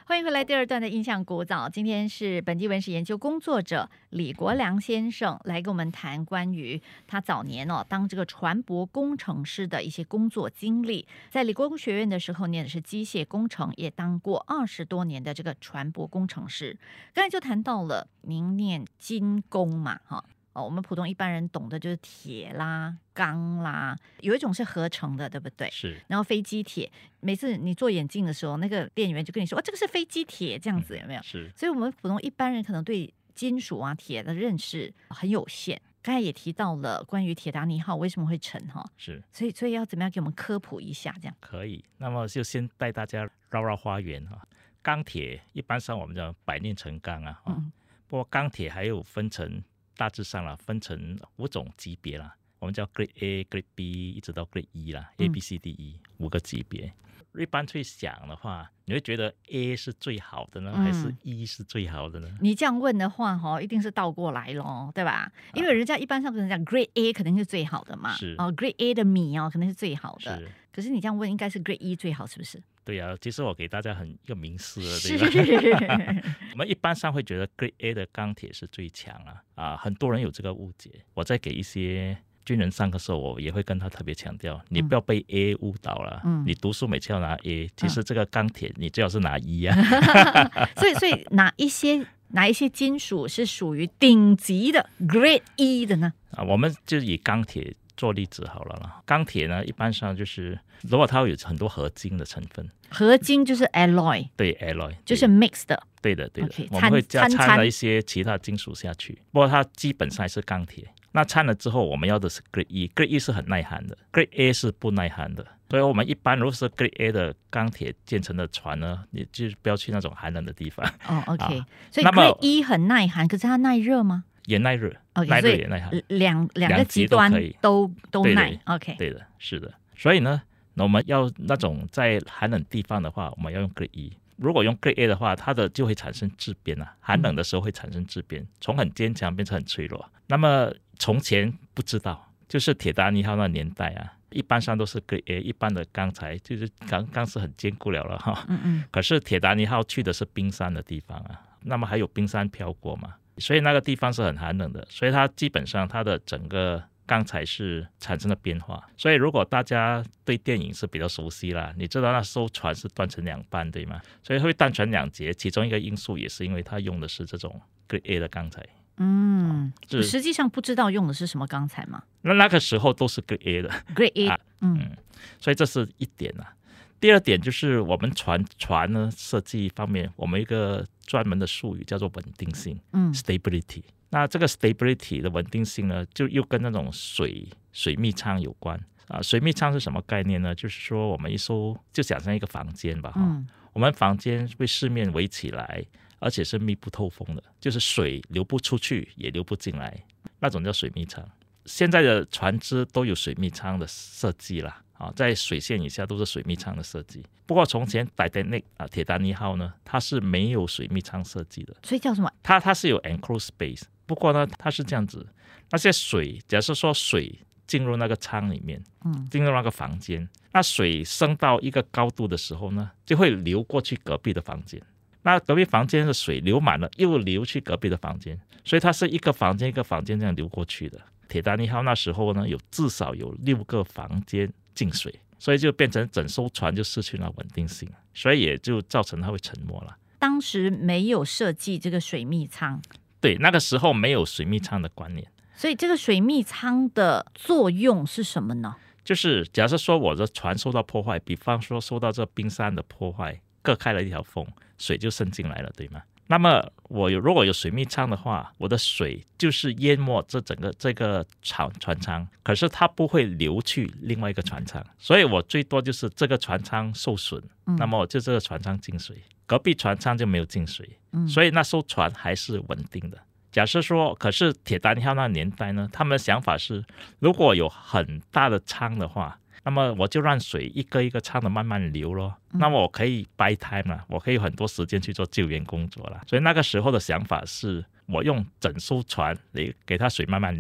欢迎回来第二段的印象古早，今天是本地文史研究工作者李国良先生来跟我们谈关于他早年当这个船舶工程师的一些工作经历。在理工学院的时候念的是机械工程，也当过20多年的这个船舶工程师。刚才就谈到了您念精工嘛，我们普通一般人懂的就是铁啦、钢啦，有一种是合成的，对不对？ 是。 然后飞机铁，每次你做眼镜的时候，那个店员就跟你说：“这个是飞机铁，这样子有没有？” 是。 所以我们普通一般人可能对金属啊、铁的认识很有限。刚才也提到了关于铁达尼号为什么会沉是。 所以要怎么样给我们科普一下？这样可以。那么就先带大家绕绕花园钢铁一般上我们叫百炼成钢啊，不过钢铁还有分成。大致上分成5种级别啦，我们叫 Grade A、Grade B 一直到 Grade E 啦，A B C D E 5个级别。一般去想的话，你会觉得 A 是最好的呢，还是 E 是最好的呢？ 你这样问的话，一定是倒过来咯，对吧？因为人家一般上可能讲 Grade A 可能是最好的嘛， 是 Grade A 的米可能是最好的， 是。 可是你这样问，应该是 Grade E 最好，是不是？ 对啊，其实我给大家一个明示了，对吧？我们一般上会觉得 Grade A 的钢铁是最强很多人有这个误解。我在给一些军人上课的时候，我也会跟他特别强调，你不要被 A 误导了。你读书每次要拿 A，其实这个钢铁你最好是拿 E 啊。 所以哪一些金属是属于顶级的 Grade E 的呢？ 我们就以钢铁做例子好了。钢铁呢，一般上就是如果它有很多合金的成分， 合金就是 alloy， 对 alloy 就是 mix 的， 对的对的。 Okay， 我们会掺了一些其他金属下去，不过它基本上还是钢铁。那掺了之后，我们要的是 Grade E，Grade E 是很耐寒的， Grade A 是不耐寒的。所以我们一般如果是 Grade A 的钢铁建成的船呢，你就不要去那种寒冷的地方。 OK，所以 Grade E 很耐寒，可是它耐热吗？ 也耐热， 耐热也耐寒， 两个极端都耐。OK， 对的，是的。所以呢，我们要那种在寒冷地方的话，我们要用 Grade E。如果用 Grade A 的话，它的就会产生质变寒冷的时候会产生质变，从很坚强变成很脆弱。那么从前不知道，就是铁达尼号那年代一般上都是 Grade A， 一般的钢材就是钢是很坚固了可是铁达尼号去的是冰山的地方那么还有冰山飘过嘛，所以那个地方是很寒冷的，所以它基本上它的整个钢材是产生了变化。所以如果大家对电影是比较熟悉啦，你知道那艘船是断成2半对吗？所以会断成2截，其中一个因素也是因为它用的是这种 Grade A 的钢材。 实际上不知道用的是什么钢材吗？ 那个时候都是 Grade A 的 Grade A， 所以这是一点第二点就是我们船呢设计方面，我们一个专门的术语叫做稳定性，stability。那这个 stability 的稳定性呢，就又跟那种水密舱有关水密舱是什么概念呢？就是说我们就想象一个房间吧我们房间被四面围起来，而且是密不透风的，就是水流不出去也流不进来，那种叫水密舱。现在的船只都有水密舱的设计啦在水线以下都是水密舱的设计。不过从前 Titanic 铁达尼号呢，它是没有水密舱设计的， 所以叫什么？ 它是有 enclosed space。不过呢，它是这样子，那些水，假设说水进入那个舱里面，进入那个房间，那水升到一个高度的时候呢，就会流过去隔壁的房间。那隔壁房间的水流满了，又流去隔壁的房间，所以它是一个房间一个房间这样流过去的。铁达尼号那时候呢，至少有6个房间进水，所以就变成整艘船就失去了稳定性，所以也就造成它会沉没了。 当时没有设计这个水密舱， 对，那个时候没有水密舱的观念。 所以这个水密舱的作用是什么呢？ 就是假设说我的船受到破坏，比方说受到这冰山的破坏，割开了一条缝，水就渗进来了，对吗？那么如果有水密舱的话，我的水就是淹没这个船舱，可是它不会流去另外一个船舱，所以我最多就是这个船舱受损，那么就这个船舱进水，隔壁船舱就没有进水，所以那艘船还是稳定的。假设说，可是铁达尼号那个年代呢，他们的想法是，如果有很大的舱的话，那么我就让水一个一个舱的慢慢流咯，那么我可以 buy time 了，我可以有很多时间去做救援工作了。所以那个时候的想法是，我用整艘船给它水慢慢流，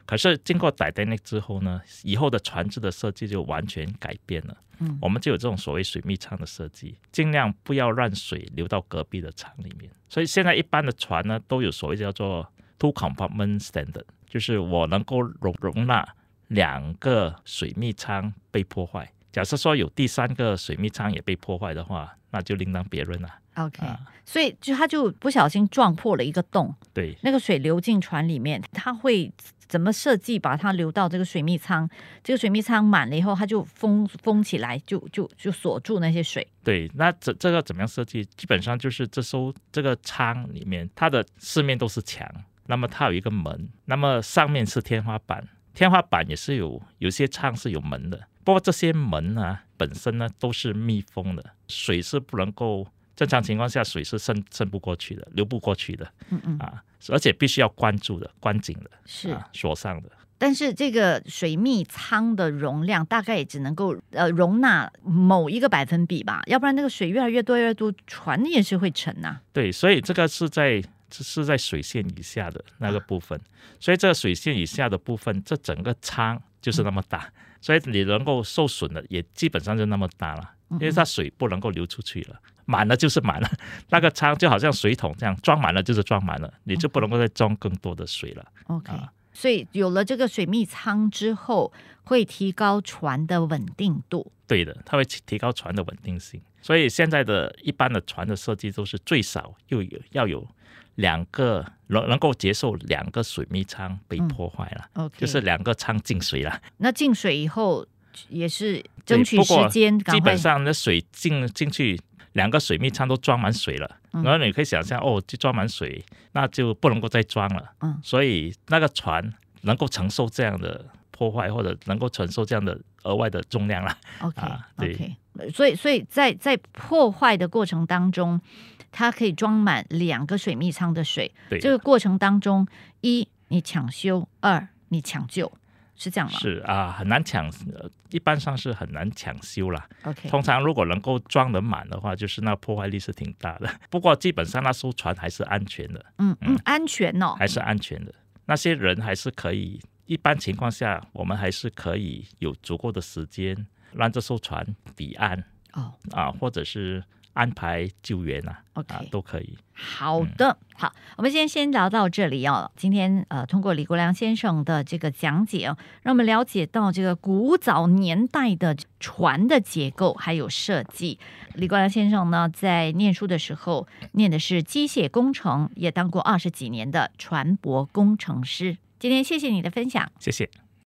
可是经过 Titanic 之后呢，以后的船只的设计就完全改变了。我们就有这种所谓水密舱的设计，尽量不要让水流到隔壁的舱里面。所以现在一般的船呢，都有所谓叫做 two compartment standard， 就是我能够容纳2个水密舱被破坏。假设说有第3个水密舱也被破坏的话，那就另当别论了。 OK，所以他就不小心撞破了一个洞， 对， 那个水流进船里面，他会怎么设计把它流到这个水密舱？这个水密舱满了以后，它就封起来，就锁住那些水。 对，那这个怎么样设计？基本上就是这个舱里面，它的四面都是墙，那么它有一个门，那么上面是天花板，天花板也是有些舱是有门的，不过这些门呢本身呢都是密封的，水是不能够。正常情况下，水是渗不过去的，流不过去的，而且必须要关紧的， 是锁上的。 但是这个水密舱的容量大概也只能够容纳某一个%吧，要不然那个水越来越多，船也是会沉啊。 对，所以这个是在水线以下的那个部分，所以这个水线以下的部分，这整个舱就是那么大，所以你能够受损的也基本上就那么大了，因为它水不能够流出去了。满了就是满了，那个舱就好像水桶这样，装满了就是装满了，你就不能够再装更多的水了。 OK，所以有了这个水密舱之后，会提高船的稳定度。 对的，它会提高船的稳定性。所以现在的一般的船的设计都是最少要有2个能够接受2个水密舱被破坏了， OK， 就是2个舱进水了。 那进水以后也是争取时间， 基本上那水进去。2个水密舱都装满水了，然后你可以想象就装满水，那就不能够再装了。所以那个船能够承受这样的破坏，或者能够承受这样的额外的重量了。 OK， 所以在破坏的过程当中，它可以装满2个水密舱的水。这个过程当中，1你抢修，2你抢救。是这样吗？ 是很难一般上是很难抢修啦。 Okay， 通常如果能够装得满的话，就是那破坏力是挺大的。不过基本上那艘船还是安全的。 安全哦， 还是安全的。那些人还是可以，一般情况下，我们还是可以有足够的时间让这艘船抵岸或者是安排救援都可以。 好的，好，我们先聊到这里哦。今天通过李国梁先生的这个讲解让我们了解到这个古早年代的船的结构还有设计。李国梁先生呢，在念书的时候念的是机械工程，也当过20几年的船舶工程师。今天谢谢你的分享， 谢谢。